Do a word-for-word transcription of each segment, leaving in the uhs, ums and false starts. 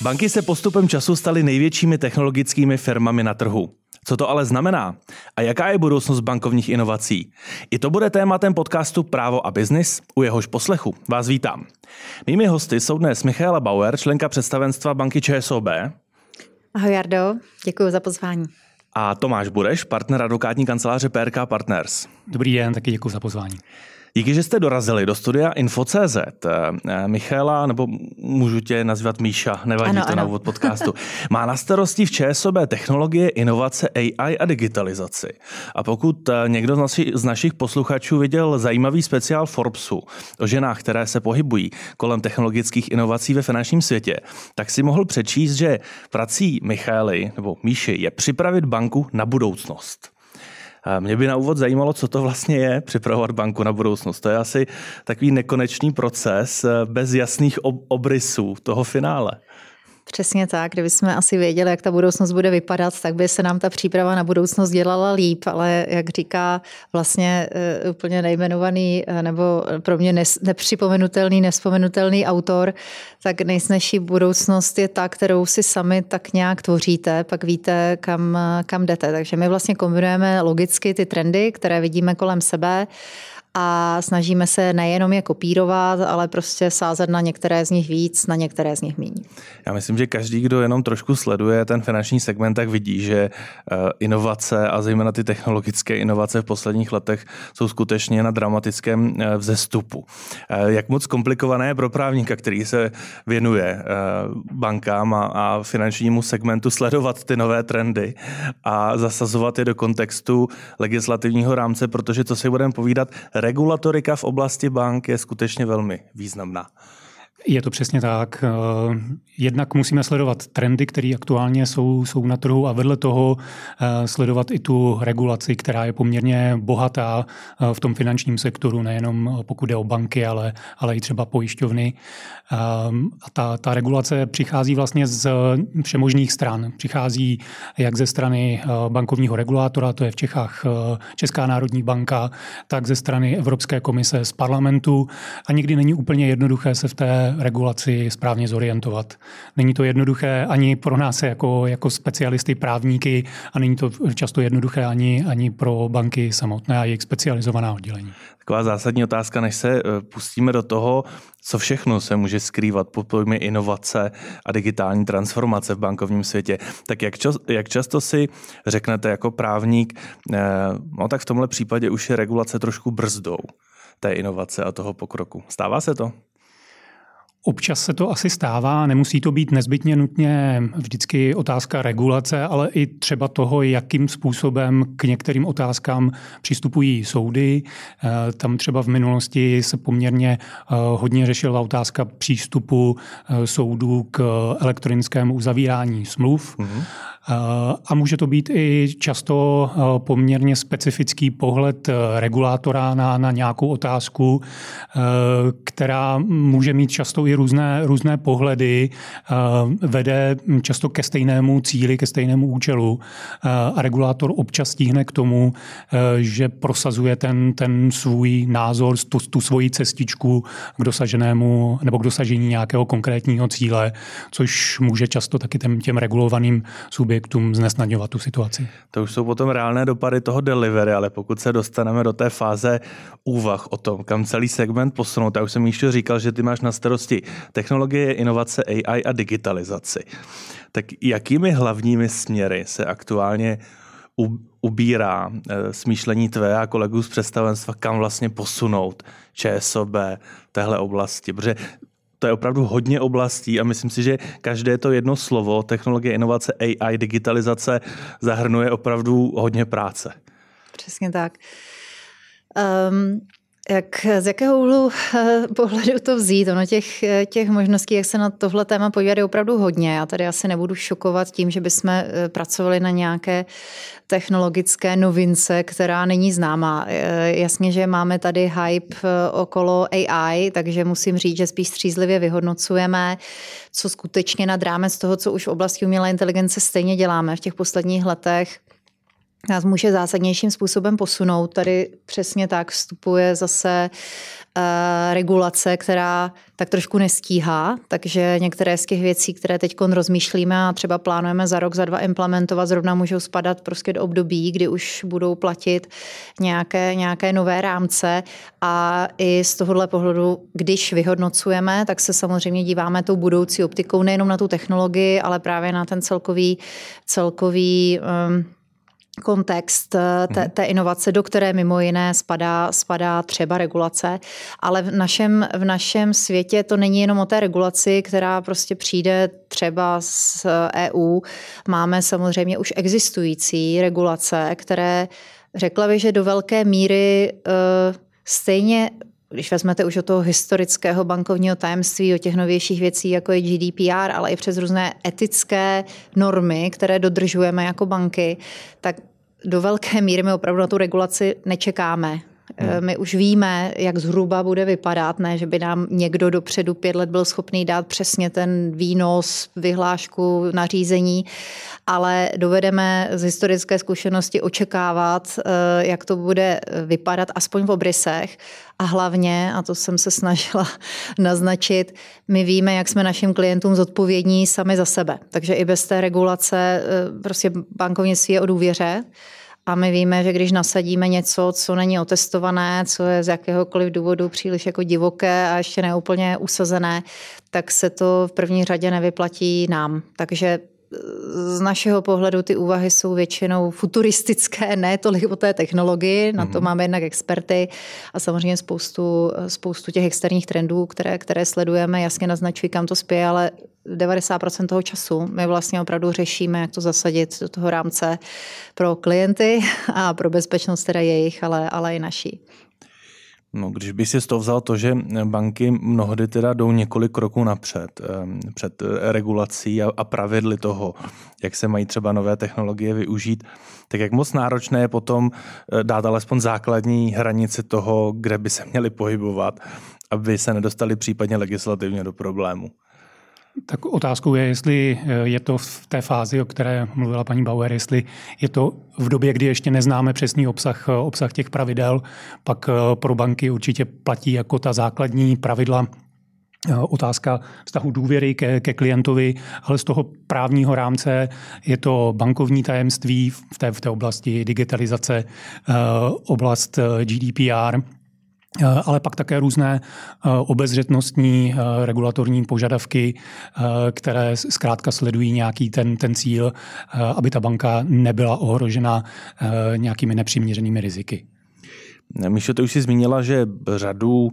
Banky se postupem času staly největšími technologickými firmami na trhu. Co to ale znamená? A jaká je budoucnost bankovních inovací? I to bude tématem podcastu Právo a biznis, u jehož poslechu vás vítám. Mými hosty jsou dnes Michaela Bauer, členka představenstva banky ČSOB. Ahoj Jardo, děkuji za pozvání. A Tomáš Bureš, partner advokátní kanceláře P R K Partners. Dobrý den, taky děkuji za pozvání. Díky, že jste dorazili do studia Info tečka cé zet. Michaela, nebo můžu tě nazývat Míša, nevadí ano, to ano. na úvod podcastu, má na starosti v ČSOB technologie, inovace, A I a digitalizaci. A pokud někdo z, naši, z našich posluchačů viděl zajímavý speciál Forbesu o ženách, které se pohybují kolem technologických inovací ve finančním světě, tak si mohl přečíst, že prací Michaely nebo Míši je připravit banku na budoucnost. Mě by na úvod zajímalo, co to vlastně je připravovat banku na budoucnost. To je asi takový nekonečný proces bez jasných obrysů toho finále. Přesně tak, kdybychom asi věděli, jak ta budoucnost bude vypadat, tak by se nám ta příprava na budoucnost dělala líp, ale jak říká vlastně uh, úplně nejmenovaný nebo pro mě nes, nepřipomenutelný, nespomenutelný autor, tak nejsnažší budoucnost je ta, kterou si sami tak nějak tvoříte, pak víte, kam, kam jdete. Takže my vlastně kombinujeme logicky ty trendy, které vidíme kolem sebe, a snažíme se nejenom je kopírovat, ale prostě sázet na některé z nich víc, na některé z nich míň. Já myslím, že každý, kdo jenom trošku sleduje ten finanční segment, tak vidí, že inovace a zejména ty technologické inovace v posledních letech jsou skutečně na dramatickém vzestupu. Jak moc komplikované je pro právníka, který se věnuje bankám a finančnímu segmentu, sledovat ty nové trendy a zasazovat je do kontextu legislativního rámce, protože to si budeme povídat, regulatorika v oblasti bank je skutečně velmi významná. Je to přesně tak. Jednak musíme sledovat trendy, které aktuálně jsou, jsou na trhu a vedle toho sledovat i tu regulaci, která je poměrně bohatá v tom finančním sektoru, nejenom pokud jde o banky, ale, ale i třeba pojišťovny. A ta, ta regulace přichází vlastně z všemožných stran. Přichází jak ze strany bankovního regulátora, to je v Čechách Česká národní banka, tak ze strany Evropské komise z parlamentu a nikdy není úplně jednoduché se v té regulaci správně zorientovat. Není to jednoduché ani pro nás jako, jako specialisty, právníky a není to často jednoduché ani, ani pro banky samotné a jejich specializovaná oddělení. Taková zásadní otázka, než se pustíme do toho, co všechno se může skrývat pod pojmy inovace a digitální transformace v bankovním světě. Tak jak, čas, jak často si řeknete jako právník, no tak v tomhle případě už je regulace trošku brzdou té inovace a toho pokroku. Stává se to? Občas se to asi stává, nemusí to být nezbytně nutně vždycky otázka regulace, ale i třeba toho, jakým způsobem k některým otázkám přistupují soudy. Tam třeba v minulosti se poměrně hodně řešila otázka přístupu soudů k elektronickému uzavírání smluv. Mm-hmm. A může to být i často poměrně specifický pohled regulátora na, na nějakou otázku, která může mít často i různé, různé pohledy, vede často ke stejnému cíli, ke stejnému účelu a regulátor občas stíhne k tomu, že prosazuje ten, ten svůj názor, tu, tu svoji cestičku k dosaženému nebo k dosažení nějakého konkrétního cíle, což může často taky těm, těm regulovaným subjektům znesnadňovat tu situaci. To už jsou potom reálné dopady toho delivery, ale pokud se dostaneme do té fáze úvah o tom, kam celý segment posunout, já už jsem ještě říkal, že ty máš na starosti technologie, inovace, A I a digitalizaci. Tak jakými hlavními směry se aktuálně ubírá smýšlení tvé a kolegů z představenstva, kam vlastně posunout ČSOB v téhle oblasti? Protože to je opravdu hodně oblastí a myslím si, že každé to jedno slovo, technologie, inovace, A I, digitalizace, zahrnuje opravdu hodně práce. Přesně tak. Um... Jak, z jakého úhlu pohledu to vzít? Ono těch, těch možností, jak se na tohle téma podívat, je opravdu hodně. Já tady asi nebudu šokovat tím, že bychom pracovali na nějaké technologické novince, která není známá. Jasně, že máme tady hype okolo A I, takže musím říct, že spíš střízlivě vyhodnocujeme, co skutečně nad rámec toho, co už v oblasti umělé inteligence stejně děláme v těch posledních letech. nás může zásadnějším způsobem posunout. Tady přesně tak vstupuje zase uh, regulace, která tak trošku nestíhá, takže některé z těch věcí, které teď rozmýšlíme a třeba plánujeme za rok, za dva implementovat, zrovna můžou spadat prostě do období, kdy už budou platit nějaké, nějaké nové rámce a i z tohohle pohledu, když vyhodnocujeme, tak se samozřejmě díváme tou budoucí optikou nejenom na tu technologii, ale právě na ten celkový, celkový um, kontext té, té inovace, do které mimo jiné spadá, spadá třeba regulace, ale v našem, v našem světě to není jenom o té regulaci, která prostě přijde třeba z E U. Máme samozřejmě už existující regulace, které řekla bych, že do velké míry uh, stejně, když vezmete už o toho historického bankovního tajemství, o těch novějších věcí, jako je G D P R, ale i přes různé etické normy, které dodržujeme jako banky, tak do velké míry my opravdu na tu regulaci nečekáme. My už víme, jak zhruba bude vypadat, ne, že by nám někdo dopředu pět let byl schopný dát přesně ten výnos, vyhlášku, nařízení, ale dovedeme z historické zkušenosti očekávat, jak to bude vypadat aspoň v obrysech. A hlavně, a to jsem se snažila naznačit, my víme, jak jsme našim klientům zodpovědní sami za sebe. Takže i bez té regulace prostě bankovnictví je o důvěře. A my víme, že když nasadíme něco, co není otestované, co je z jakéhokoliv důvodu příliš jako divoké a ještě neúplně usazené, tak se to v první řadě nevyplatí nám. Takže z našeho pohledu ty úvahy jsou většinou futuristické, ne tolik o té technologii, na to mm-hmm. máme jednak experty a samozřejmě spoustu, spoustu těch externích trendů, které, které sledujeme, jasně naznačují, kam to spěje, ale devadesát procent toho času my vlastně opravdu řešíme, jak to zasadit do toho rámce pro klienty a pro bezpečnost teda jejich, ale, ale i naší. No, když by si z toho vzal to, že banky mnohdy teda jdou několik kroků napřed před regulací a pravidly toho, jak se mají třeba nové technologie využít, tak jak moc náročné je potom dát alespoň základní hranici toho, kde by se měli pohybovat, aby se nedostali případně legislativně do problému. Tak otázkou je, jestli je to v té fázi, o které mluvila paní Bauer, jestli je to v době, kdy ještě neznáme přesný obsah, obsah těch pravidel, pak pro banky určitě platí jako ta základní pravidla otázka vztahu důvěry ke, ke klientovi, ale z toho právního rámce je to bankovní tajemství v té, v té oblasti digitalizace, oblast G D P R, ale pak také různé obezřetnostní regulatorní požadavky, které zkrátka sledují nějaký ten, ten cíl, aby ta banka nebyla ohrožena nějakými nepřiměřenými riziky. Míšo, ty už jsi zmínila, že řadu,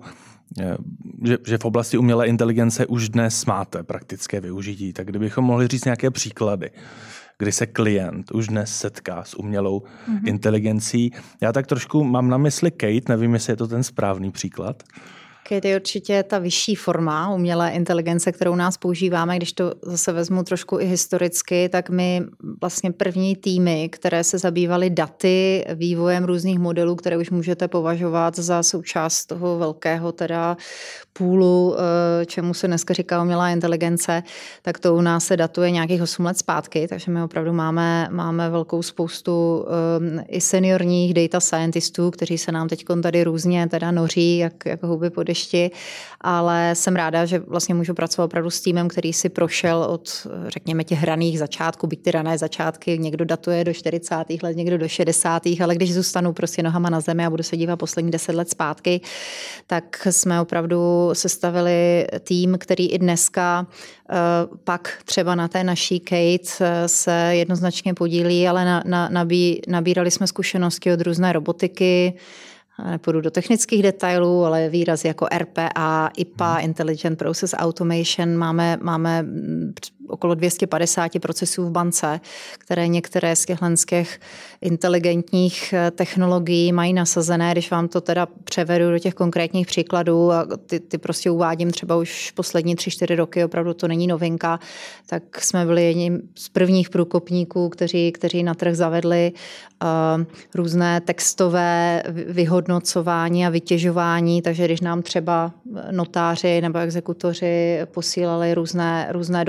že, že v oblasti umělé inteligence už dnes máte praktické využití. Tak kdybychom mohli říct nějaké příklady, kdy se klient už dnes setká s umělou mm-hmm. inteligencí. Já tak trošku mám na mysli Kate, nevím, jestli je to ten správný příklad. Kate je určitě ta vyšší forma umělé inteligence, kterou nás používáme. Když to zase vezmu trošku i historicky, tak my vlastně první týmy, které se zabývaly daty, vývojem různých modelů, které už můžete považovat za součást toho velkého teda půlu, čemu se dneska říká umělá inteligence, tak to u nás se datuje nějakých osm let zpátky, takže my opravdu máme, máme velkou spoustu um, i seniorních data scientistů, kteří se nám teď tady různě teda noří, jak, jak huby po dešti, ale jsem ráda, že vlastně můžu pracovat opravdu s týmem, který si prošel od, řekněme, těch raných začátků, byť ty rané začátky, někdo datuje do čtyřicátých let, někdo do šedesátých, ale když zůstanu prostě nohama na zemi a budu se dívat poslední deset let zpátky, tak jsme opravdu sestavili tým, který i dneska uh, pak třeba na té naší Kate se jednoznačně podílí, ale na, na, nabí, nabírali jsme zkušenosti od různé robotiky, nepůjdu do technických detailů, ale výrazy jako R P A, I P A, Intelligent Process Automation, máme, máme okolo dvě stě padesát procesů v bance, které některé z těch inteligentních technologií mají nasazené. Když vám to teda převedu do těch konkrétních příkladů a ty, ty prostě uvádím třeba už poslední tři, čtyři roky, opravdu to není novinka, tak jsme byli jedním z prvních průkopníků, kteří, kteří na trh zavedli uh, různé textové vyhodnocování a vytěžování, takže když nám třeba notáři nebo exekutoři posílali různé, různé dokumenty,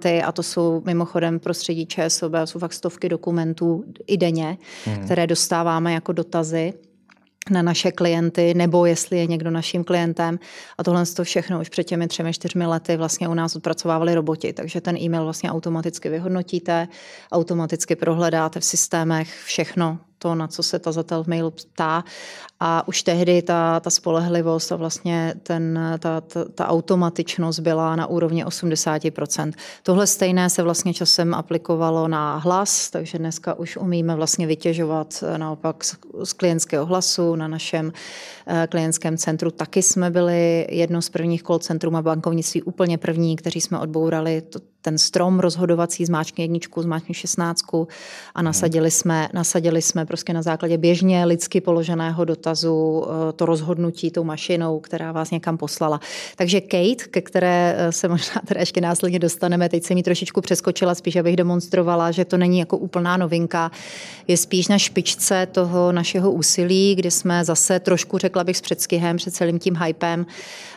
klienty, a to jsou mimochodem prostředí ČSOB, jsou fakt stovky dokumentů i denně, hmm. které dostáváme jako dotazy na naše klienty, nebo jestli je někdo naším klientem. A tohle to všechno už před těmi třemi, čtyřmi lety vlastně u nás odpracovávali roboti, takže ten e-mail vlastně automaticky vyhodnotíte, automaticky prohledáte v systémech všechno to, na co se tazatel v mailu ptá. A už tehdy ta, ta spolehlivost a vlastně ten, ta, ta, ta automatičnost byla na úrovni osmdesát procent. Tohle stejné se vlastně časem aplikovalo na hlas, takže dneska už umíme vlastně vytěžovat naopak z, z klientského hlasu. Na našem klientském centru taky jsme byli jedno z prvních call centrum a bankovnictví úplně první, kteří jsme odbourali to, ten strom rozhodovací, zmáčkni jedničku, zmáčkni šestnáctku a nasadili jsme, nasadili jsme prostě na základě běžně lidsky položeného dotazu to rozhodnutí tou mašinou, která vás někam poslala. Takže Kate, ke které se možná teda ještě následně dostaneme, teď jsem ji trošičku přeskočila, spíš abych demonstrovala, že to není jako úplná novinka, je spíš na špičce toho našeho úsilí, kdy jsme zase trošku, řekla bych, s předstihem, před celým tím hypem,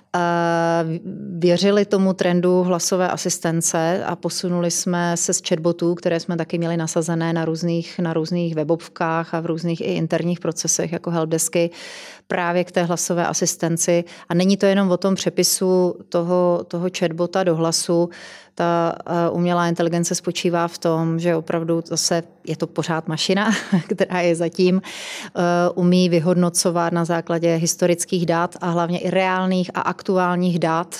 věřili tomu trendu hlasové asistence a posunuli jsme se z chatbotů, které jsme taky měli nasazené na různých, na různých webovkách a v různých i interních procesech jako helpdesky právě k té hlasové asistenci. A není to jenom o tom přepisu toho, toho chatbota do hlasu. Ta umělá inteligence spočívá v tom, že opravdu zase je to pořád mašina, která je zatím umí vyhodnocovat na základě historických dat a hlavně i reálných a aktuálních dat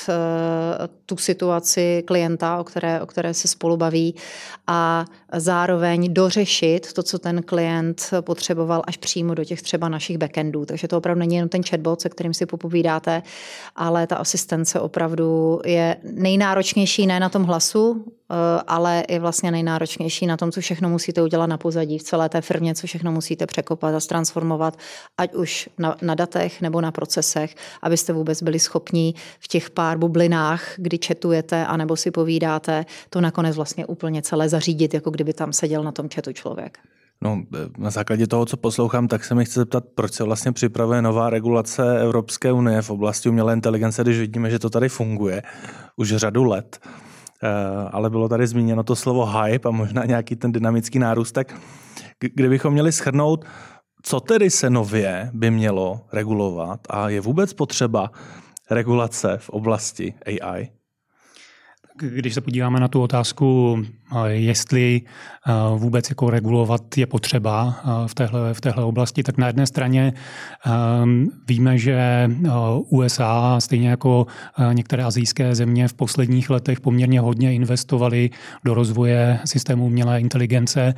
tu situaci klienta, o které, o které se spolu baví, a zároveň dořešit to, co ten klient potřeboval, až přímo do těch třeba našich backendů. Takže to opravdu není jenom ten chatbot, se kterým si popovídáte, ale ta asistence opravdu je nejnáročnější ne na tom hlasu, ale i vlastně nejnáročnější na tom, co všechno musíte udělat na pozadí v celé té firmě, co všechno musíte překopat a transformovat, ať už na, na datech nebo na procesech, abyste vůbec byli schopní v těch pár bublinách, kdy chatujete anebo si povídáte, to nakonec vlastně úplně celé zařídit, jako kdyby tam seděl na tom chatu člověk. No, na základě toho, co poslouchám, tak se mi chci zeptat, proč se vlastně připravuje nová regulace Evropské unie v oblasti umělé inteligence, když vidíme, že to tady funguje už řadu let. Ale bylo tady zmíněno to slovo hype a možná nějaký ten dynamický nárůst, tak kdybychom měli shrnout, co tedy se nově by mělo regulovat a je vůbec potřeba regulace v oblasti A I? Když se podíváme na tu otázku, jestli vůbec jako regulovat je potřeba v téhle, v téhle oblasti, tak na jedné straně víme, že U S A, stejně jako některé asijské země, v posledních letech poměrně hodně investovaly do rozvoje systému umělé inteligence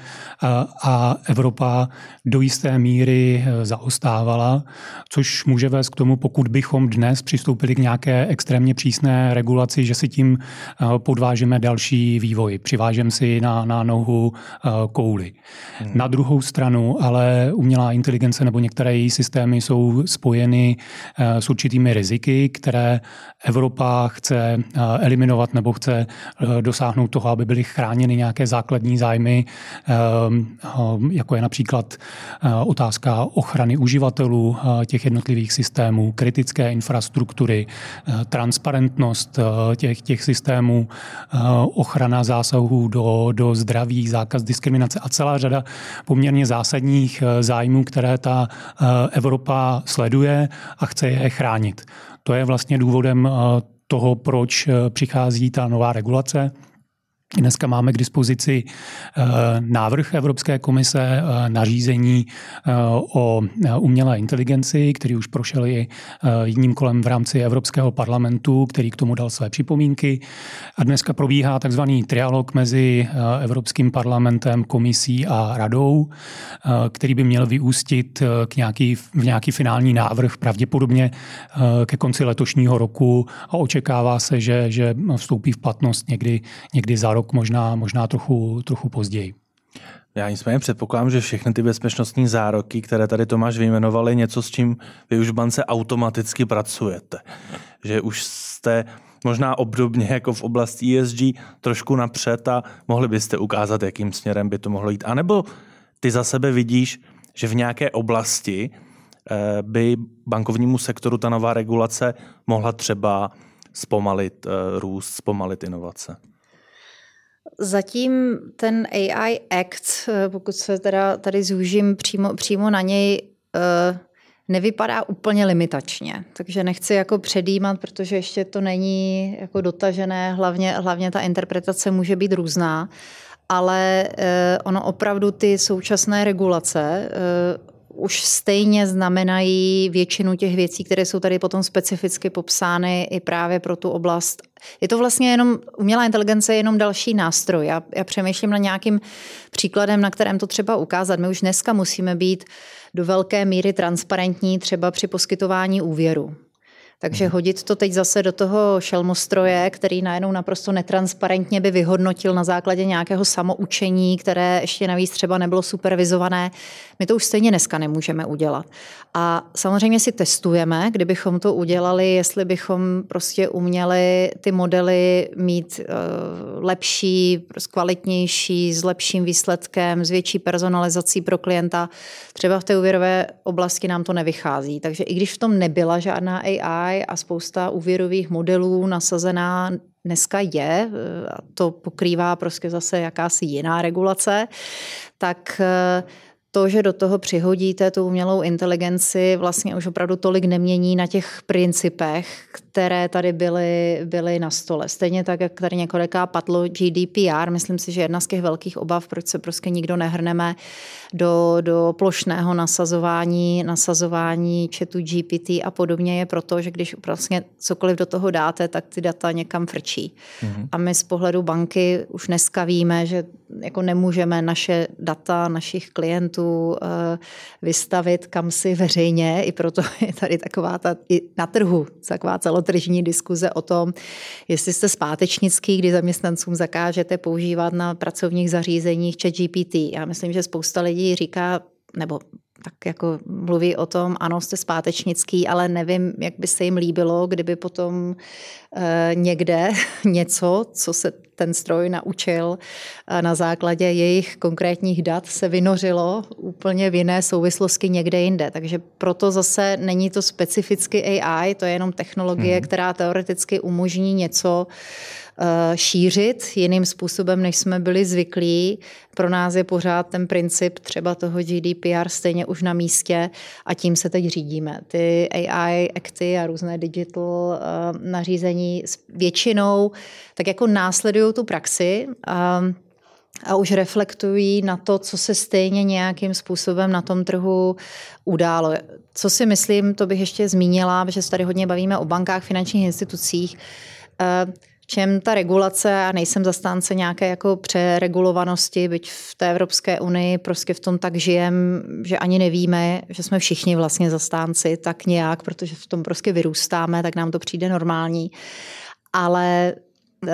a Evropa do jisté míry zaostávala, což může vést k tomu, pokud bychom dnes přistoupili k nějaké extrémně přísné regulaci, že si tím podvážeme další vývoj, přivážeme si na, na nohu kouli. Hmm. Na druhou stranu ale umělá inteligence nebo některé její systémy jsou spojeny s určitými riziky, které Evropa chce eliminovat nebo chce dosáhnout toho, aby byly chráněny nějaké základní zájmy, jako je například otázka ochrany uživatelů těch jednotlivých systémů, kritické infrastruktury, transparentnost těch, těch systémů, ochrana zásahů do, do zdraví, zákaz diskriminace a celá řada poměrně zásadních zájmů, které ta Evropa sleduje a chce je chránit. To je vlastně důvodem toho, proč přichází ta nová regulace. Dneska máme k dispozici návrh Evropské komise nařízení o umělé inteligenci, který už prošel i jedním kolem v rámci Evropského parlamentu, který k tomu dal své připomínky. A dneska probíhá takzvaný trialog mezi Evropským parlamentem, komisí a radou, který by měl vyústit k nějaký, v nějaký finální návrh pravděpodobně ke konci letošního roku a očekává se, že, že vstoupí v platnost někdy, někdy za rok. Možná, možná trochu, trochu později. Já nicméně předpokládám, že všechny ty bezpečnostní zároky, které tady Tomáš vyjmenoval, je něco, s čím vy už v bance automaticky pracujete. Že už jste možná obdobně jako v oblasti E S G trošku napřed a mohli byste ukázat, jakým směrem by to mohlo jít. A nebo ty za sebe vidíš, že v nějaké oblasti by bankovnímu sektoru ta nová regulace mohla třeba zpomalit růst, zpomalit inovace? Zatím ten A I Act, pokud se teda tady zúžím přímo, přímo na něj, nevypadá úplně limitačně. Takže nechci jako předjímat, protože ještě to není jako dotažené, hlavně, hlavně ta interpretace může být různá, ale ono opravdu ty současné regulace už stejně znamenají většinu těch věcí, které jsou tady potom specificky popsány i právě pro tu oblast. Je to vlastně jenom, umělá inteligence je jenom další nástroj. Já, já přemýšlím na nějakým příkladem, na kterém to třeba ukázat. My už dneska musíme být do velké míry transparentní třeba při poskytování úvěru. Takže hodit to teď zase do toho šelmostroje, který najednou naprosto netransparentně by vyhodnotil na základě nějakého samoučení, které ještě navíc třeba nebylo supervizované, my to už stejně dneska nemůžeme udělat. A samozřejmě si testujeme, kdybychom to udělali, jestli bychom prostě uměli ty modely mít uh, lepší, kvalitnější, s lepším výsledkem, s větší personalizací pro klienta. Třeba v té úvěrové oblasti nám to nevychází. Takže i když v tom nebyla žádná A I a spousta úvěrových modelů nasazená dneska je, a to pokrývá prostě zase jakási jiná regulace, tak to, že do toho přihodíte tu umělou inteligenci, vlastně už opravdu tolik nemění na těch principech, které tady byly, byly na stole. Stejně tak, jak tady několikrát padlo G D P R, myslím si, že jedna z těch velkých obav, proč se prostě nikdo nehrneme do, do plošného nasazování, nasazování chatu G P T a podobně, je proto, že když vlastně cokoliv do toho dáte, tak ty data někam frčí. Mm-hmm. A my z pohledu banky už dneska víme, že jako nemůžeme naše data našich klientů vystavit kamsi veřejně, i proto je tady taková ta, i na trhu taková celotržní diskuze o tom, jestli jste zpátečnický, kdy zaměstnancům zakážete používat na pracovních zařízeních chat G P T. Já myslím, že spousta lidí říká, nebo tak jako mluví o tom, ano, jste zpátečnický, ale nevím, jak by se jim líbilo, kdyby potom e, někde něco, co se ten stroj naučil e, na základě jejich konkrétních dat, se vynořilo úplně v jiné souvislosti někde jinde. Takže proto zase není to specificky A I, to je jenom technologie, hmm. která teoreticky umožní něco šířit jiným způsobem, než jsme byli zvyklí. Pro nás je pořád ten princip třeba toho G D P R stejně už na místě a tím se teď řídíme. Ty A I akty a různé digital nařízení většinou tak jako následují tu praxi a, a už reflektují na to, co se stejně nějakým způsobem na tom trhu událo. Co si myslím, to bych ještě zmínila, že se tady hodně bavíme o bankách, finančních institucích, čem ta regulace, a nejsem zastánce nějaké jako přeregulovanosti, byť v té Evropské unii prostě v tom tak žijem, že ani nevíme, že jsme všichni vlastně zastánci tak nějak, protože v tom prostě vyrůstáme, tak nám to přijde normální. Ale e,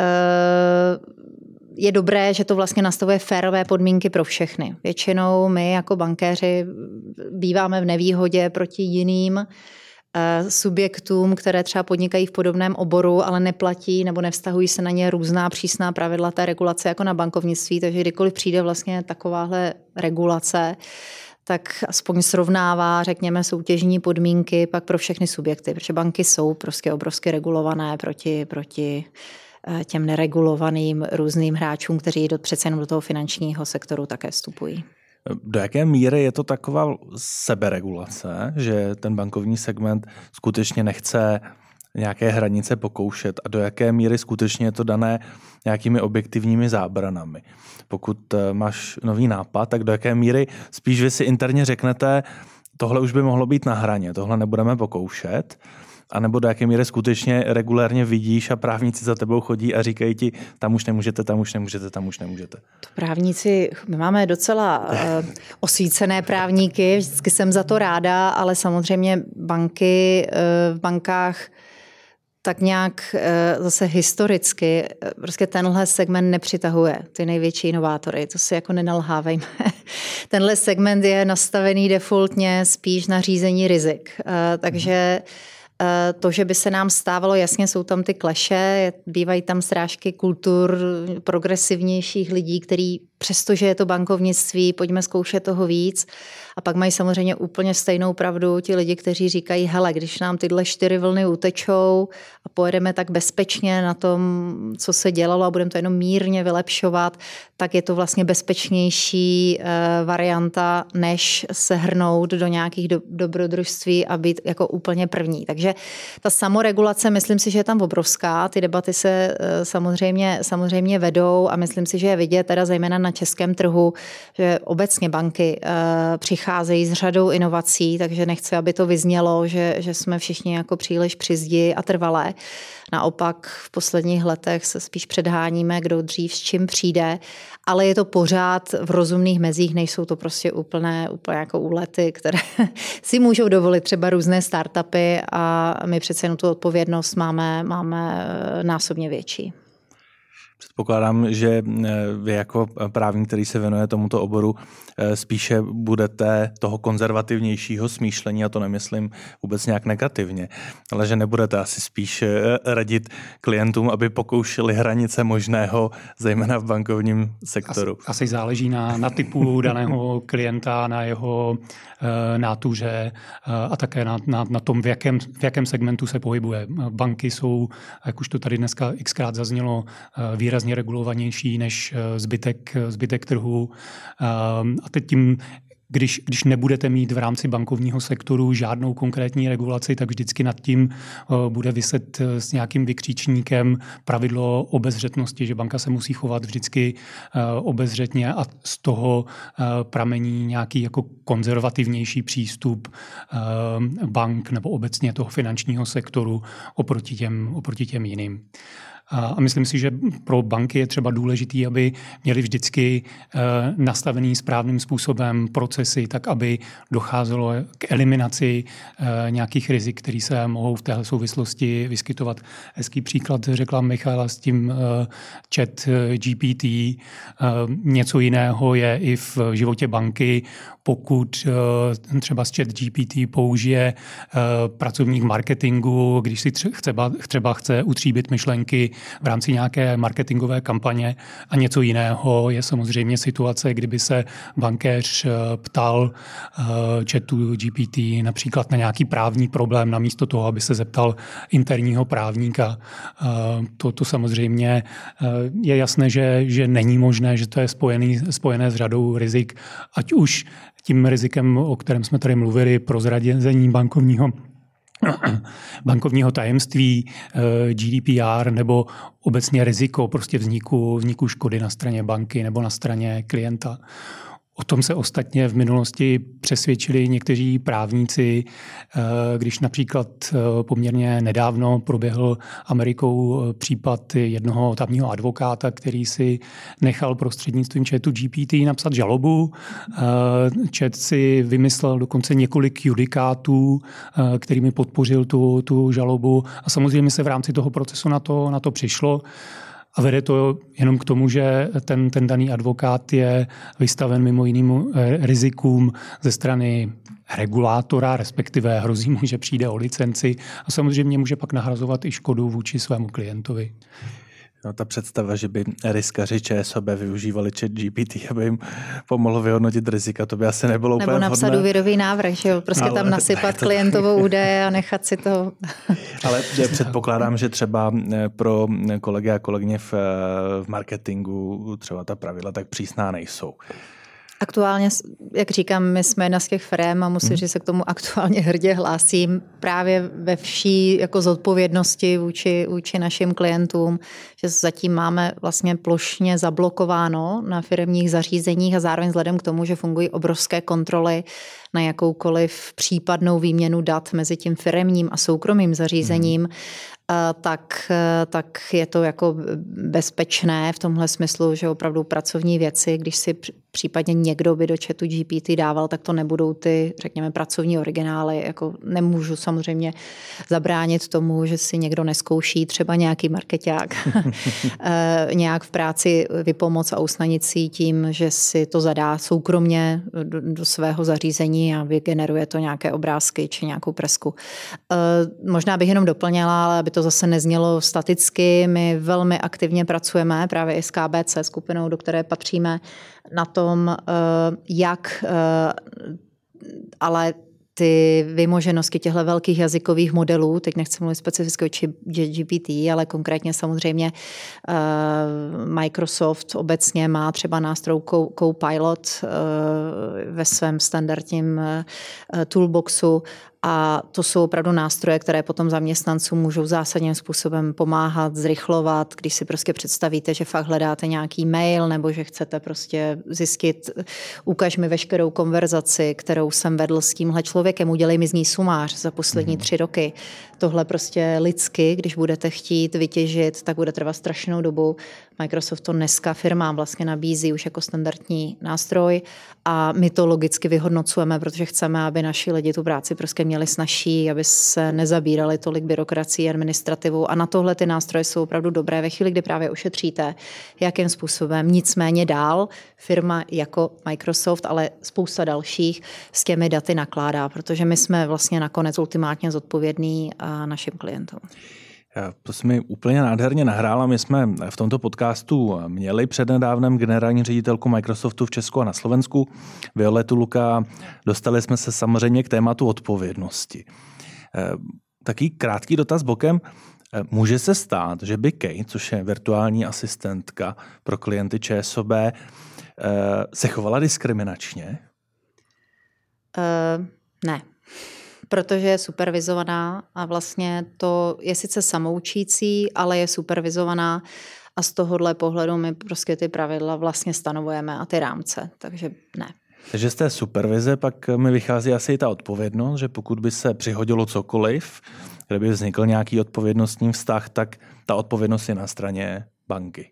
je dobré, že to vlastně nastavuje férové podmínky pro všechny. Většinou my jako bankéři býváme v nevýhodě proti jiným subjektům, které třeba podnikají v podobném oboru, ale neplatí nebo nevztahují se na ně různá přísná pravidla té regulace jako na bankovnictví, takže kdykoliv přijde vlastně takováhle regulace, tak aspoň srovnává, řekněme, soutěžní podmínky pak pro všechny subjekty, protože banky jsou prostě obrovsky regulované proti, proti těm neregulovaným různým hráčům, kteří do, přece jenom do toho finančního sektoru také vstupují. Do jaké míry je to taková seberegulace, že ten bankovní segment skutečně nechce nějaké hranice pokoušet a do jaké míry skutečně je to dané nějakými objektivními zábranami? Pokud máš nový nápad, tak do jaké míry spíš vy si interně řeknete, tohle už by mohlo být na hraně, tohle nebudeme pokoušet, a nebo do jaké míry skutečně regulérně vidíš a právníci za tebou chodí a říkají ti, tam už nemůžete, tam už nemůžete, tam už nemůžete. To právníci, my máme docela uh, osvícené právníky, vždycky jsem za to ráda, ale samozřejmě banky uh, v bankách tak nějak uh, zase historicky uh, prostě tenhle segment nepřitahuje ty největší inovátory, to si jako nenalhávejme. Tenhle segment je nastavený defaultně spíš na řízení rizik, uh, takže hmm. To, že by se nám stávalo, jasně jsou tam ty kleše, bývají tam srážky kultur progresivnějších lidí, kteří přestože je to bankovnictví, pojďme zkoušet toho víc. A pak mají samozřejmě úplně stejnou pravdu ti lidi, kteří říkají, hele, když nám tyhle čtyři vlny utečou a pojedeme tak bezpečně na tom, co se dělalo a budeme to jenom mírně vylepšovat, tak je to vlastně bezpečnější varianta, než se hrnout do nějakých do, dobrodružství a být jako úplně první. Takže ta samoregulace, myslím si, že je tam obrovská. Ty debaty se samozřejmě, samozřejmě vedou a myslím si, že je vidět teda zejména na českém trhu, že obecně banky přicházejí s řadou inovací, takže nechci, aby to vyznělo, že, že jsme všichni jako příliš při zdi a trvalé. Naopak v posledních letech se spíš předháníme, kdo dřív s čím přijde, ale je to pořád v rozumných mezích, nejsou to prostě úplné, úplně jako úlety, které si můžou dovolit třeba různé startupy a my přece jenom tu odpovědnost máme, máme násobně větší. Předpokládám, že vy jako právník, který se věnuje tomuto oboru, spíše budete toho konzervativnějšího smýšlení, a to nemyslím vůbec nějak negativně, ale že nebudete asi spíš radit klientům, aby pokoušeli hranice možného, zejména v bankovním sektoru. Asi, asi záleží na, na typu daného klienta, na jeho e, nátuře e, a také na, na, na tom, v jakém, v jakém segmentu se pohybuje. Banky jsou, jak už to tady dneska xkrát zaznělo, e, výrazně regulovanější než zbytek, zbytek trhu. A teď tím, když, když nebudete mít v rámci bankovního sektoru žádnou konkrétní regulaci, tak vždycky nad tím bude viset s nějakým vykřičníkem pravidlo obezřetnosti, že banka se musí chovat vždycky obezřetně a z toho pramení nějaký jako konzervativnější přístup bank nebo obecně toho finančního sektoru oproti těm, oproti těm jiným. A myslím si, že pro banky je třeba důležitý, aby měli vždycky nastavený správným způsobem procesy, tak aby docházelo k eliminaci nějakých rizik, které se mohou v téhle souvislosti vyskytovat. Hezký příklad řekla Michaela s tím chat G P T. Něco jiného je i v životě banky, pokud třeba z chat G P T použije pracovník marketingu, když si třeba, třeba chce utříbit myšlenky v rámci nějaké marketingové kampaně, a něco jiného je samozřejmě situace, kdyby se bankéř ptal chatu G P T například na nějaký právní problém, namísto toho, aby se zeptal interního právníka. To, to samozřejmě je jasné, že, že není možné, že to je spojený, spojené s řadou rizik, ať už tím rizikem, o kterém jsme tady mluvili, prozrazení bankovního bankovního tajemství, G D P R nebo obecně riziko prostě vzniku, vzniku škody na straně banky nebo na straně klienta. O tom se ostatně v minulosti přesvědčili někteří právníci, když například poměrně nedávno proběhl Amerikou případ jednoho tamního advokáta, který si nechal prostřednictvím chatu G P T napsat žalobu. Chat si vymyslel dokonce několik judikátů, kterými podpořil tu, tu žalobu, a samozřejmě se v rámci toho procesu na to, na to přišlo. A vede to jenom k tomu, že ten, ten daný advokát je vystaven mimo jiným rizikům ze strany regulátora, respektive hrozí mu, že přijde o licenci, a samozřejmě může pak nahrazovat i škodu vůči svému klientovi. No, ta představa, že by riskaři Č S O B využívali chat G P T, aby jim pomohlo vyhodnotit rizika, to by asi nebylo úplně Nebo napsat vhodné. důvěrový návrh, že jo? Prostě ale tam nasypat to... klientovou údaje a nechat si to... Ale předpokládám, že třeba pro kolegy a kolegyně v, v marketingu třeba ta pravidla tak přísná nejsou. Aktuálně, jak říkám, my jsme jedna z těch firem a musím, hmm. že se k tomu aktuálně hrdě hlásím právě ve vší jako zodpovědnosti vůči, vůči našim klientům, že zatím máme vlastně plošně zablokováno na firemních zařízeních a zároveň vzhledem k tomu, že fungují obrovské kontroly na jakoukoliv případnou výměnu dat mezi tím firemním a soukromým zařízením, hmm. Tak, tak je to jako bezpečné v tomhle smyslu, že opravdu pracovní věci, když si případně někdo by do chatu G P T dával, tak to nebudou ty, řekněme, pracovní originály. Jako nemůžu samozřejmě zabránit tomu, že si někdo neskouší třeba nějaký markeťák nějak v práci vypomoc a usnadnit si tím, že si to zadá soukromně do, do svého zařízení a vygeneruje to nějaké obrázky či nějakou presku. Možná bych jenom doplnila, ale aby to zase neznělo staticky, my velmi aktivně pracujeme právě i s K B C, skupinou, do které patříme, na tom, jak ale ty vymoženosti těchto velkých jazykových modelů, teď nechci mluvit specificky o G P T, ale konkrétně samozřejmě Microsoft obecně má třeba nástroj Copilot ve svém standardním toolboxu. A to jsou opravdu nástroje, které potom zaměstnancům můžou zásadním způsobem pomáhat, zrychlovat, když si prostě představíte, že fakt hledáte nějaký mail nebo že chcete prostě zjistit, ukaž mi veškerou konverzaci, kterou jsem vedl s tímhle člověkem, udělej mi z ní sumář za poslední tři roky. Tohle prostě lidsky, když budete chtít vytěžit, tak bude trvat strašnou dobu. Microsoft to dneska firmám vlastně nabízí už jako standardní nástroj a my to logicky vyhodnocujeme, protože chceme, aby naši lidi tu práci prostě měli snazší, aby se nezabírali tolik byrokracií, administrativou a na tohle ty nástroje jsou opravdu dobré ve chvíli, kdy právě ušetříte, jakým způsobem. Nicméně dál firma jako Microsoft, ale spousta dalších s těmi daty nakládá, protože my jsme vlastně nakonec ultimátně zodpovědní našim klientům. To jsi mi úplně nádherně nahrála. My jsme v tomto podcastu měli přednedávnem generální ředitelku Microsoftu v Česku a na Slovensku, Violetu Luka. Dostali jsme se samozřejmě k tématu odpovědnosti. Taký krátký dotaz bokem. Může se stát, že by Kay, což je virtuální asistentka pro klienty ČSOB, se chovala diskriminačně? Uh, ne. Protože je supervizovaná a vlastně to je sice samoučící, ale je supervizovaná a z tohohle pohledu my prostě ty pravidla vlastně stanovujeme a ty rámce, takže ne. Takže z té supervize pak mi vychází asi i ta odpovědnost, že pokud by se přihodilo cokoliv, kde by vznikl nějaký odpovědnostní vztah, tak ta odpovědnost je na straně banky.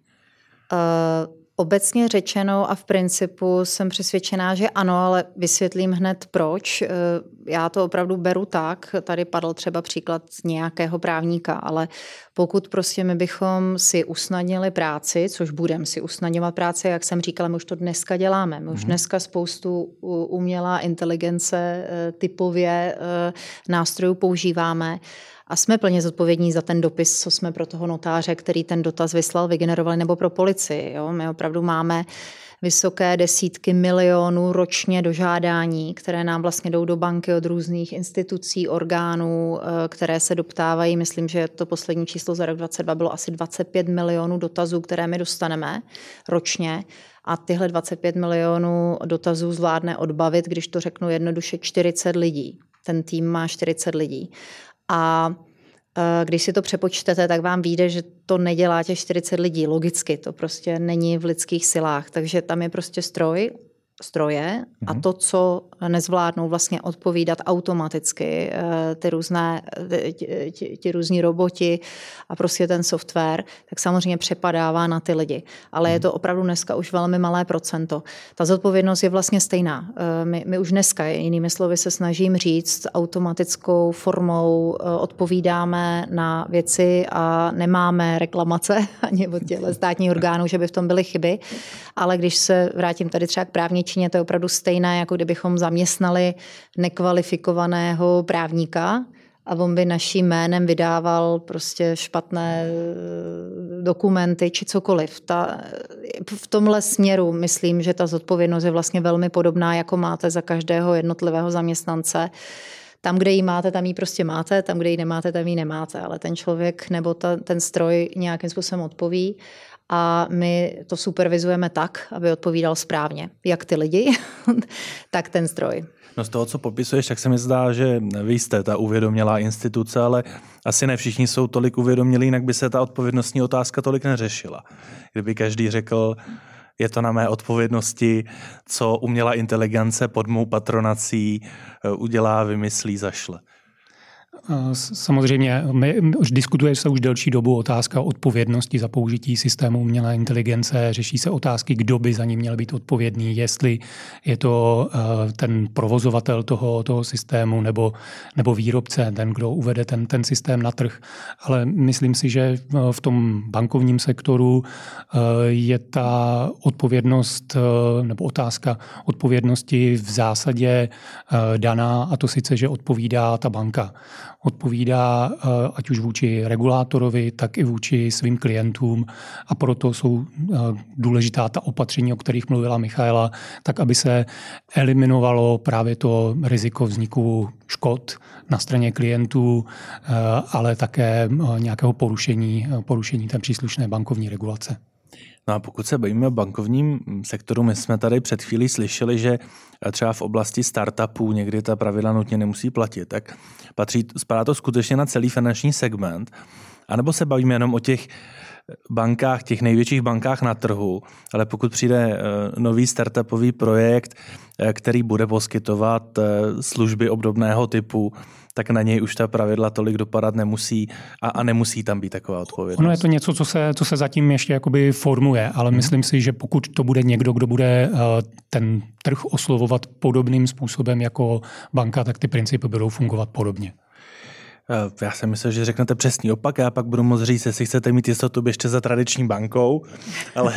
Uh, Obecně řečeno a v principu jsem přesvědčená, že ano, ale vysvětlím hned proč. Já to opravdu beru tak, tady padl třeba příklad nějakého právníka, ale pokud prostě my bychom si usnadnili práci, což budeme si usnadňovat práci, jak jsem říkala, my už to dneska děláme. My už dneska spoustu umělá inteligence typově nástrojů používáme. A jsme plně zodpovědní za ten dopis, co jsme pro toho notáře, který ten dotaz vyslal, vygenerovali, nebo pro policii. Jo? My opravdu máme vysoké desítky milionů ročně dožádání, které nám vlastně jdou do banky od různých institucí, orgánů, které se doptávají. Myslím, že to poslední číslo za rok dvacet dva bylo asi dvacet pět milionů dotazů, které my dostaneme ročně. A tyhle dvacet pět milionů dotazů zvládne odbavit, když to řeknu jednoduše, čtyřicet lidí. Ten tým má čtyřicet lidí. A když si to přepočtete, tak vám vyjde, že to nedělá těch čtyřicet lidí. Logicky to prostě není v lidských silách. Takže tam je prostě stroj, stroje a to, co nezvládnou vlastně odpovídat automaticky, ty různé, ti, ti, ti různí roboti a prostě ten software, tak samozřejmě přepadává na ty lidi. Ale je to opravdu dneska už velmi malé procento. Ta zodpovědnost je vlastně stejná. My, my už dneska, jinými slovy se snažím říct, automatickou formou odpovídáme na věci a nemáme reklamace ani od těchto státních orgánů, že by v tom byly chyby. Ale když se vrátím tady třeba k právní Číně, to je opravdu stejné, jako kdybychom zaměstnali nekvalifikovaného právníka a on by naším jménem vydával prostě špatné dokumenty či cokoliv. Ta, v tomhle směru myslím, že ta zodpovědnost je vlastně velmi podobná, jako máte za každého jednotlivého zaměstnance. Tam, kde ji máte, tam ji prostě máte, tam, kde ji nemáte, tam ji nemáte, ale ten člověk nebo ta, ten stroj nějakým způsobem odpoví. A my to supervizujeme tak, aby odpovídal správně. Jak ty lidi, tak ten stroj. No z toho, co popisuješ, tak se mi zdá, že vy jste ta uvědomělá instituce, ale asi ne všichni jsou tolik uvědomělí, jinak by se ta odpovědnostní otázka tolik neřešila. Kdyby každý řekl, je to na mé odpovědnosti, co umělá inteligence pod mou patronací udělá, vymyslí, zašle. Samozřejmě my, diskutuje se už delší dobu otázka odpovědnosti za použití systému umělé inteligence. Řeší se otázky, kdo by za ní měl být odpovědný, jestli je to ten provozovatel toho, toho systému nebo, nebo výrobce, ten, kdo uvede ten, ten systém na trh. Ale myslím si, že v tom bankovním sektoru je ta odpovědnost nebo otázka odpovědnosti v zásadě daná, a to sice, že odpovídá ta banka. Odpovídá ať už vůči regulátorovi, tak i vůči svým klientům, a proto jsou důležitá ta opatření, o kterých mluvila Michaela, tak aby se eliminovalo právě to riziko vzniku škod na straně klientů, ale také nějakého porušení, porušení té příslušné bankovní regulace. No a pokud se bavíme o bankovním sektoru, my jsme tady před chvílí slyšeli, že třeba v oblasti startupů někdy ta pravidla nutně nemusí platit. Tak patří, spadá to skutečně na celý finanční segment? A nebo se bavíme jenom o těch bankách, těch největších bankách na trhu, ale pokud přijde nový startupový projekt, který bude poskytovat služby obdobného typu, tak na něj už ta pravidla tolik dopadat nemusí a, a nemusí tam být taková odpovědnost. Ono je to něco, co se, co se zatím ještě jakoby formuje, ale hmm. myslím si, že pokud to bude někdo, kdo bude ten trh oslovovat podobným způsobem jako banka, tak ty principy budou fungovat podobně. Já jsem myslel, že řeknete přesný opak, já pak budu moct říct, jestli chcete mít jistotu běžte za tradiční bankou, ale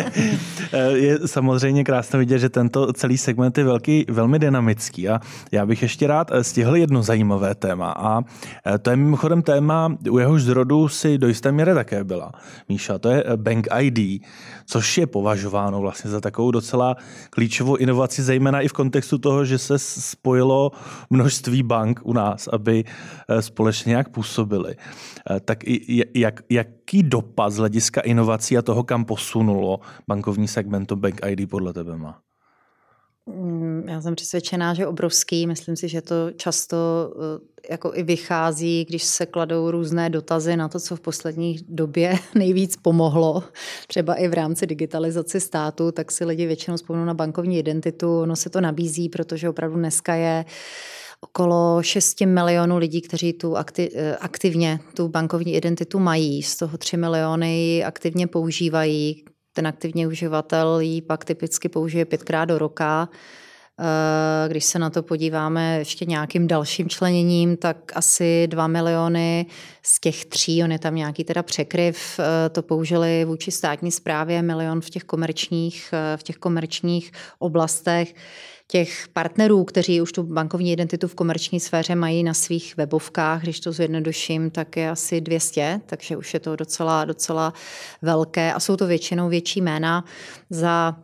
je samozřejmě krásné vidět, že tento celý segment je velký, velmi dynamický a já bych ještě rád stihl jedno zajímavé téma a to je mimochodem téma, u jehož zrodu si do jisté míry také byla, Míša, to je Bank I D, což je považováno vlastně za takovou docela klíčovou inovaci, zejména i v kontextu toho, že se spojilo množství bank u nás, aby společně nějak působili. Tak jak, jaký dopad z hlediska inovací a toho, kam posunulo bankovní segment to Bank I D podle tebe má? Já jsem přesvědčená, že obrovský. Myslím si, že to často jako i vychází, když se kladou různé dotazy na to, co v poslední době nejvíc pomohlo. Třeba i v rámci digitalizace státu, tak si lidi většinou vzpomnou na bankovní identitu. Ono se to nabízí, protože opravdu dneska je okolo šest milionů lidí, kteří tu aktivně tu bankovní identitu mají. Z toho tři miliony ji aktivně používají. Ten aktivní uživatel ji pak typicky použije pětkrát do roka. Když se na to podíváme ještě nějakým dalším členěním, tak asi dva miliony z těch tří, on je tam nějaký teda překryv, to použili vůči státní správě, milion v těch komerčních, v těch komerčních oblastech. Těch partnerů, kteří už tu bankovní identitu v komerční sféře mají na svých webovkách, když to zjednoduším, tak je asi dvě stě, takže už je to docela, docela velké a jsou to většinou větší jména. Za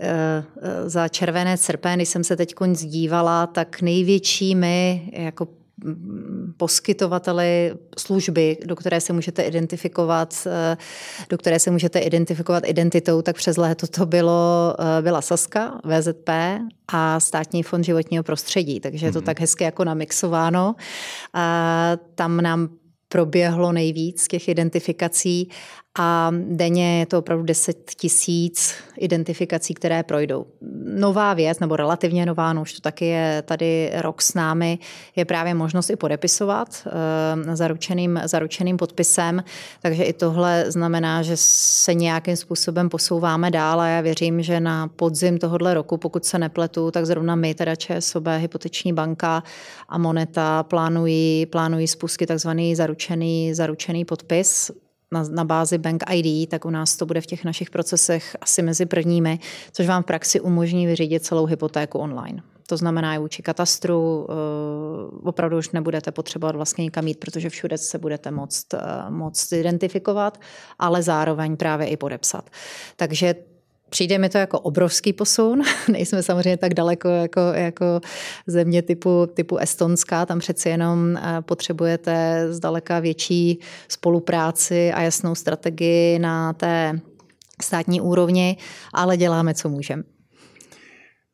za červené srpen, když jsem se teď zdívala, tak největšími jako poskytovateli služby, do které se můžete identifikovat, do které se můžete identifikovat identitou, tak přes léto to bylo, byla Sazka, V Z P a Státní fond životního prostředí, takže je to mm-hmm. tak hezky jako namixováno. A tam nám proběhlo nejvíc těch identifikací a denně je to opravdu deset tisíc identifikací, které projdou. Nová věc, nebo relativně nová, no už to taky je tady rok s námi, je právě možnost i podepisovat e, zaručeným, zaručeným podpisem, takže i tohle znamená, že se nějakým způsobem posouváme dál a já věřím, že na podzim tohohle roku, pokud se nepletu, tak zrovna my, teda ČSOB, Hypoteční banka a Moneta plánují, plánují spustit takzvaný zaručený, zaručený podpis Na, na bázi Bank I D, tak u nás to bude v těch našich procesech asi mezi prvními, což vám v praxi umožní vyřídit celou hypotéku online. To znamená i vůči katastru, opravdu už nebudete potřebovat vlastně nikam jít, protože všude se budete moct, moct identifikovat, ale zároveň právě i podepsat. Takže přijde mi to jako obrovský posun. Nejsme samozřejmě tak daleko jako, jako země typu, typu Estonska. Tam přeci jenom potřebujete zdaleka větší spolupráci a jasnou strategii na té státní úrovni, ale děláme, co můžeme.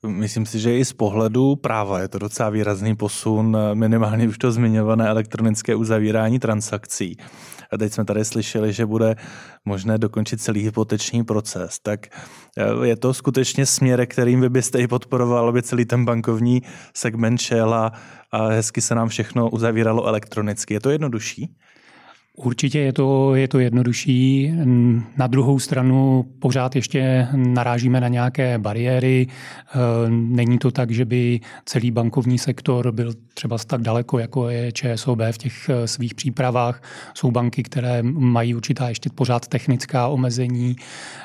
myslím si, že i z pohledu práva je to docela výrazný posun, minimálně už to zmiňované elektronické uzavírání transakcí. A teď jsme tady slyšeli, že bude možné dokončit celý hypoteční proces. Tak je to skutečně směr, kterým vy byste i podporoval, aby celý ten bankovní segment šel a, a hezky se nám všechno uzavíralo elektronicky. Je to jednodušší? Určitě je to, je to jednodušší. Na druhou stranu pořád ještě narážíme na nějaké bariéry. Není to tak, že by celý bankovní sektor byl třeba tak daleko, jako je ČSOB v těch svých přípravách. Jsou banky, které mají určitá ještě pořád technická omezení.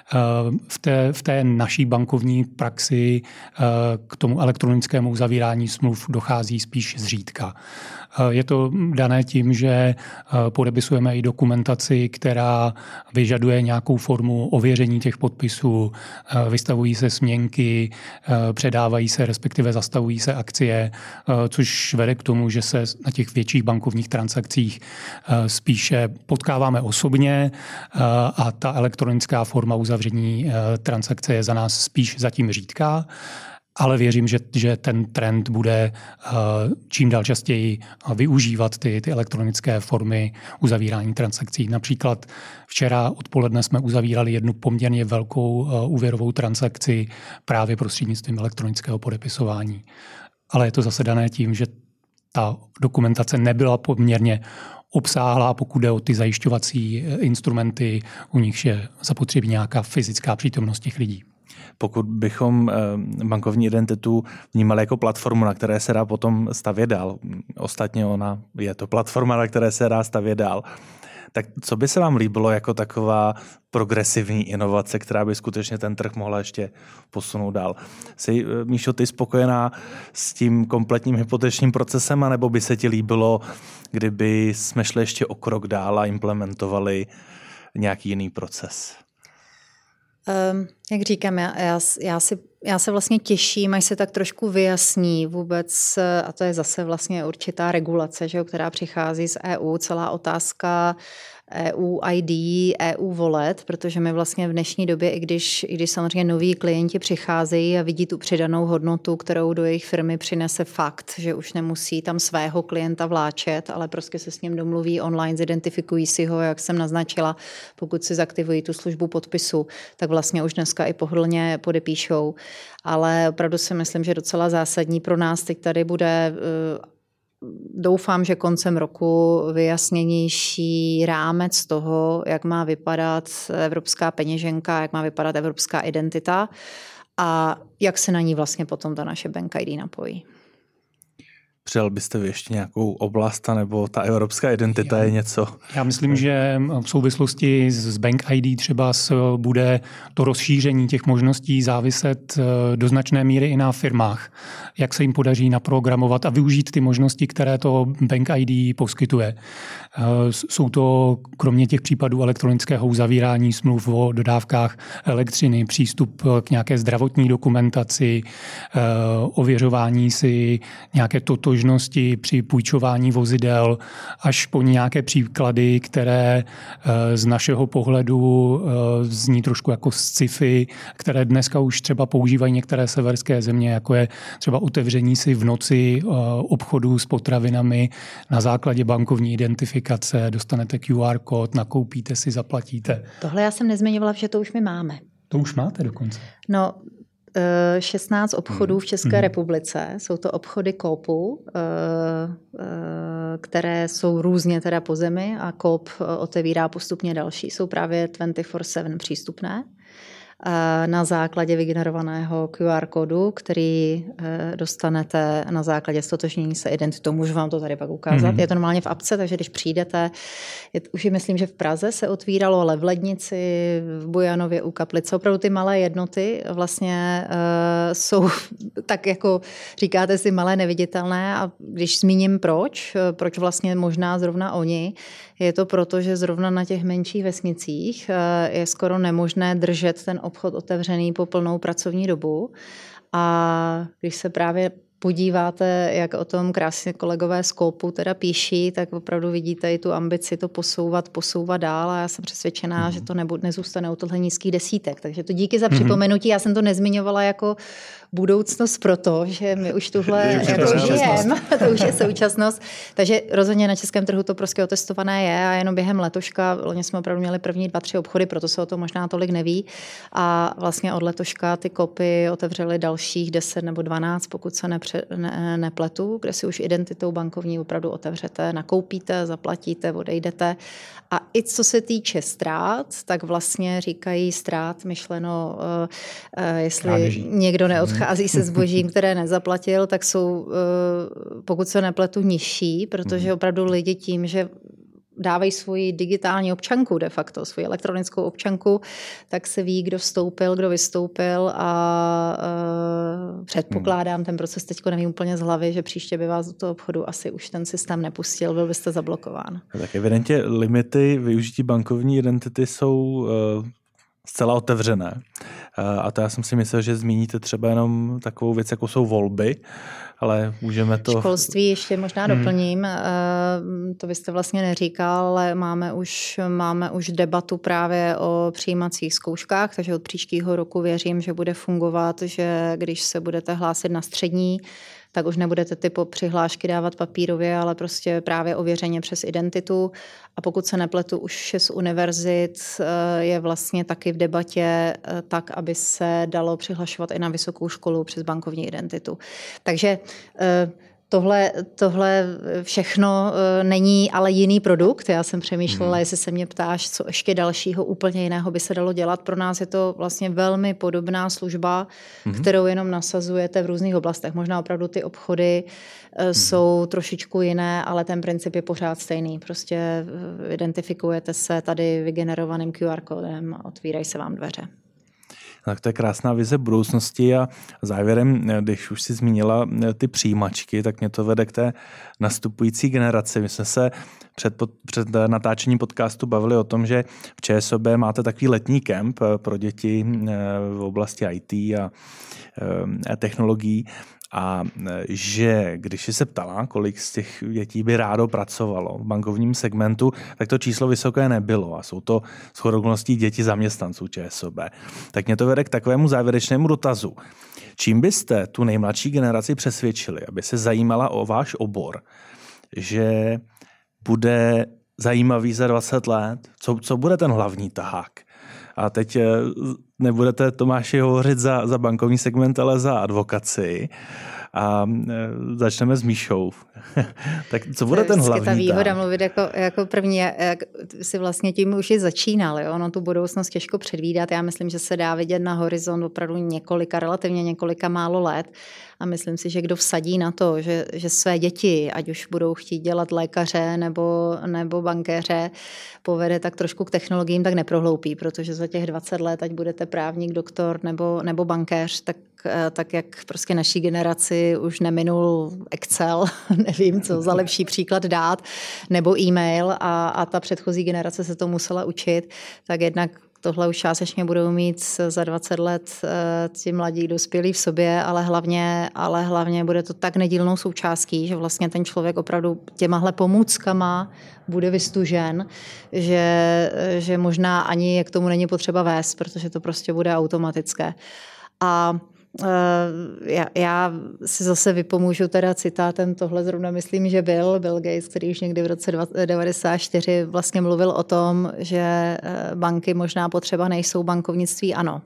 V té, v té naší bankovní praxi k tomu elektronickému uzavírání smluv dochází spíš zřídka. Je to dané tím, že podepisujeme i dokumentaci, která vyžaduje nějakou formu ověření těch podpisů, vystavují se směnky, předávají se, respektive zastavují se akcie, což vede k tomu, že se na těch větších bankovních transakcích spíše potkáváme osobně a ta elektronická forma uzavření transakce je za nás spíš zatím řídká. Ale věřím, že, že ten trend bude uh, čím dál častěji využívat ty, ty elektronické formy uzavírání transakcí. Například včera odpoledne jsme uzavírali jednu poměrně velkou uh, úvěrovou transakci právě prostřednictvím elektronického podepisování. Ale je to zase dané tím, že ta dokumentace nebyla poměrně obsáhlá, pokud jde o ty zajišťovací instrumenty, u nichž je zapotřebí nějaká fyzická přítomnost těch lidí. Pokud bychom bankovní identitu vnímali jako platformu, na které se dá potom stavět dál, ostatně ona je to platforma, na které se dá stavět dál, tak co by se vám líbilo jako taková progresivní inovace, která by skutečně ten trh mohla ještě posunout dál? Jsi, Míšo, ty spokojená s tím kompletním hypotečním procesem, anebo by se ti líbilo, kdyby jsme šli ještě o krok dál a implementovali nějaký jiný proces? Um, jak říkám, já, já, já, si, já se vlastně těším, až se tak trošku vyjasní vůbec, a to je zase vlastně určitá regulace, že, která přichází z E U, celá otázka E U I D, E U Wallet, protože my vlastně v dnešní době, i když, i když samozřejmě noví klienti přicházejí a vidí tu přidanou hodnotu, kterou do jejich firmy přinese fakt, že už nemusí tam svého klienta vláčet, ale prostě se s ním domluví online, zidentifikují si ho, jak jsem naznačila, pokud si zaktivují tu službu podpisu, tak vlastně už dneska i pohodlně podepíšou. Ale opravdu si myslím, že docela zásadní pro nás teď tady bude doufám, že koncem roku vyjasněnější rámec toho, jak má vypadat evropská peněženka, jak má vypadat evropská identita a jak se na ní vlastně potom ta naše Bank I D napojí. Přijal byste vy ještě nějakou oblast, nebo ta evropská identita já, je něco? Já myslím, že v souvislosti s Bank I D třeba bude to rozšíření těch možností záviset do značné míry i na firmách. Jak se jim podaří naprogramovat a využít ty možnosti, které to Bank I D poskytuje. Jsou to kromě těch případů elektronického uzavírání smluv o dodávkách elektřiny, přístup k nějaké zdravotní dokumentaci, ověřování si nějaké totožnosti při půjčování vozidel, až po nějaké příklady, které z našeho pohledu zní trošku jako sci-fi, které dneska už třeba používají některé severské země, jako je třeba otevření si v noci obchodu s potravinami na základě bankovní identifikace, dostanete Q R kód, nakoupíte si, zaplatíte. Tohle já jsem nezmiňovala, že to už my máme. To už máte dokonce. No, šestnáct obchodů v České hmm. republice. Jsou to obchody Coopu, které jsou různě teda po zemi a Coop otevírá postupně další. Jsou právě dvacet čtyři sedm přístupné na základě vygenerovaného Q R kódu, který dostanete na základě ztotožnění se identitou. Můžu vám to tady pak ukázat. Mm-hmm. Je to normálně v apce, takže když přijdete, je, už je, myslím, že v Praze se otvíralo, ale v Lednici, v Bojanově u Kaplice. Opravdu ty malé jednoty vlastně uh, jsou tak jako říkáte si malé neviditelné a když zmíním proč, proč vlastně možná zrovna oni, je to proto, že zrovna na těch menších vesnicích uh, je skoro nemožné držet ten obchod otevřený po plnou pracovní dobu. A když se právě podíváte, jak o tom krásně kolegové z Kópu teda píší, tak opravdu vidíte i tu ambici to posouvat, posouvat dál a já jsem přesvědčená, mm-hmm. že to nebu, nezůstane u tohle nízkých desítek. Takže to díky za mm-hmm. připomenutí, já jsem to nezmiňovala jako budoucnost proto, že my už tuhle jako žijeme, to už je současnost. Takže rozhodně na českém trhu to prostě otestované je a jenom během letoška, loni jsme opravdu měli první dva, tři obchody, proto se o tom možná tolik neví a vlastně od letoška ty Kópy otevřely dalších deset nebo dvanáct, pokud se nepře, ne, nepletu, kde si už identitou bankovní opravdu otevřete, nakoupíte, zaplatíte, odejdete. A i co se týče ztrát, tak vlastně říkají ztrát myšleno, uh, uh, jestli Krádeží. někdo neodchází se zbožím, které nezaplatil, tak jsou, uh, pokud se nepletu, nižší, protože opravdu lidi tím, že dávají svoji digitální občanku de facto, svoji elektronickou občanku, tak se ví, kdo vstoupil, kdo vystoupil a uh, předpokládám, ten proces teďko nevím úplně z hlavy, že příště by vás do toho obchodu asi už ten systém nepustil, byl byste zablokován. Tak evidentně limity využití bankovní identity jsou uh, zcela otevřené. Uh, a to já jsem si myslel, že zmíníte třeba jenom takovou věc, jako jsou volby, ale můžeme to... Školství ještě možná hmm. doplním. To byste vlastně neříkal, ale máme už, máme už debatu právě o přijímacích zkouškách, takže od příštího roku věřím, že bude fungovat, že když se budete hlásit na střední, tak už nebudete ty přihlášky dávat papírově, ale prostě právě ověřeně přes identitu. A pokud se nepletu, už z univerzit je vlastně taky v debatě tak, aby se dalo přihlašovat i na vysokou školu přes bankovní identitu. Takže Tohle, tohle všechno není ale jiný produkt. Já jsem přemýšlela, jestli se mě ptáš, co ještě dalšího úplně jiného by se dalo dělat. Pro nás je to vlastně velmi podobná služba, mm-hmm. kterou jenom nasazujete v různých oblastech. Možná opravdu ty obchody mm-hmm. jsou trošičku jiné, ale ten princip je pořád stejný. Prostě identifikujete se tady vygenerovaným Q R kódem a otvírají se vám dveře. Tak to je krásná vize budoucnosti a závěrem, když už si zmínila ty přijímačky, tak mě to vede k té nastupující generaci. My jsme se před, před natáčením podcastu bavili o tom, že v ČSOB máte takový letní kemp pro děti v oblasti í té a technologií. A že když jsi se ptala, kolik z těch dětí by rádo pracovalo v bankovním segmentu, tak to číslo vysoké nebylo a jsou to shodou okolností děti zaměstnanců ČSOB. Tak mě to vede k takovému závěrečnému dotazu. Čím byste tu nejmladší generaci přesvědčili, aby se zajímala o váš obor, že bude zajímavý za dvacet let? Co, co bude ten hlavní tahák? A teď nebudete, Tomáši, hovořit za, za bankovní segment, ale za advokaci. A začneme s Míšou. Tak co bude ten hlavní ta výhoda tahák? Mluvit jako, jako první, jak si vlastně tím už i začínal. Jo? Ono tu budoucnost těžko předvídat. Já myslím, že se dá vidět na horizont opravdu několika, relativně několika málo let. A myslím si, že kdo vsadí na to, že, že své děti, ať už budou chtít dělat lékaře nebo, nebo bankéře, povede tak trošku k technologiím, tak neprohloupí, protože za těch dvacet let, ať budete právník, doktor nebo, nebo bankéř, tak, tak jak prostě naší generaci už neminul Excel, nevím, co za lepší příklad dát, nebo e-mail a, a ta předchozí generace se to musela učit, tak jednak tohle už částečně budou mít za dvacet let ti mladí dospělí v sobě, ale hlavně, ale hlavně bude to tak nedílnou součástí, že vlastně ten člověk opravdu těmahle pomůckama bude vystužen, že, že možná ani k tomu není potřeba vést, protože to prostě bude automatické. A Já, já si zase vypomůžu teda citátem, tohle zrovna myslím, že byl Bill Gates, který už někdy v roce devadesát čtyři vlastně mluvil o tom, že banky možná potřeba nejsou, bankovnictví ano.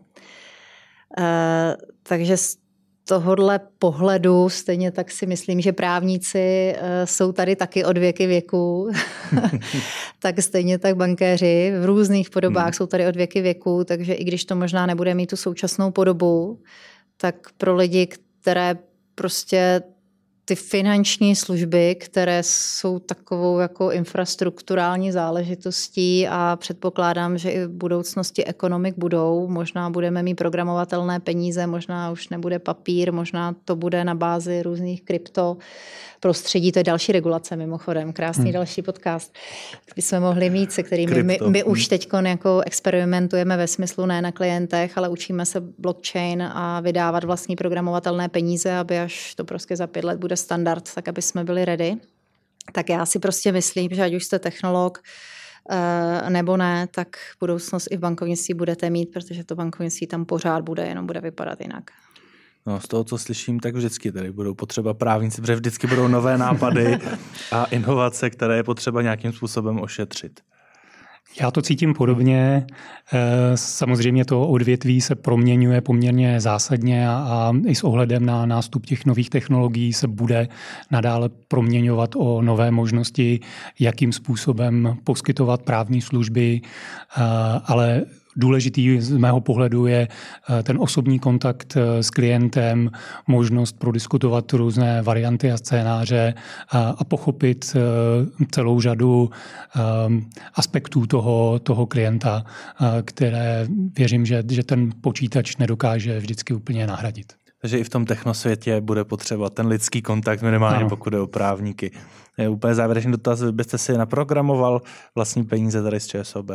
Takže z tohohle pohledu stejně tak si myslím, že právníci jsou tady taky od věky věku, tak stejně tak bankéři v různých podobách hmm. jsou tady od věky věku, takže i když to možná nebude mít tu současnou podobu, tak pro lidi, které prostě ty finanční služby, které jsou takovou jako infrastrukturální záležitostí a předpokládám, že i v budoucnosti ekonomik budou. Možná budeme mít programovatelné peníze, možná už nebude papír, možná to bude na bázi různých krypto prostředí. To je další regulace mimochodem. Krásný hmm. další podcast, který jsme mohli mít, se kterými my, my už teď jako experimentujeme ve smyslu ne na klientech, ale učíme se blockchain a vydávat vlastní programovatelné peníze, aby až to prostě za pět let bude standard, tak aby jsme byli ready. Tak já si prostě myslím, že ať už jste technolog nebo ne, tak budoucnost i v bankovnictví budete mít, protože to bankovnictví tam pořád bude, jenom bude vypadat jinak. No, z toho, co slyším, tak vždycky tady budou potřeba právníci, protože vždycky budou nové nápady a inovace, které je potřeba nějakým způsobem ošetřit. Já to cítím podobně. Samozřejmě to odvětví se proměňuje poměrně zásadně a i s ohledem na nástup těch nových technologií se bude nadále proměňovat o nové možnosti, jakým způsobem poskytovat právní služby, ale důležitý z mého pohledu je ten osobní kontakt s klientem, možnost prodiskutovat různé varianty a scénáře a pochopit celou řadu aspektů toho, toho klienta, které věřím, že, že ten počítač nedokáže vždycky úplně nahradit. Takže i v tom technosvětě bude potřeba ten lidský kontakt, minimálně ano. Pokud jde o právníky. Je úplně závěrečný dotaz, vy byste si naprogramoval vlastní peníze tady z ČSOB?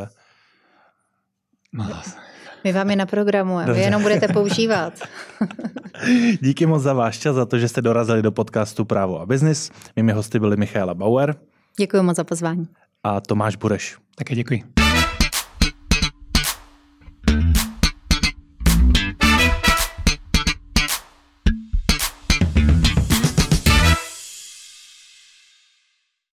My vám je naprogramujeme, vy jenom budete používat. Díky moc za váš čas, za to, že jste dorazili do podcastu Právo a biznis. Mými hosty byli Michaela Bauer. Děkuji moc za pozvání. A Tomáš Bureš. Také děkuji.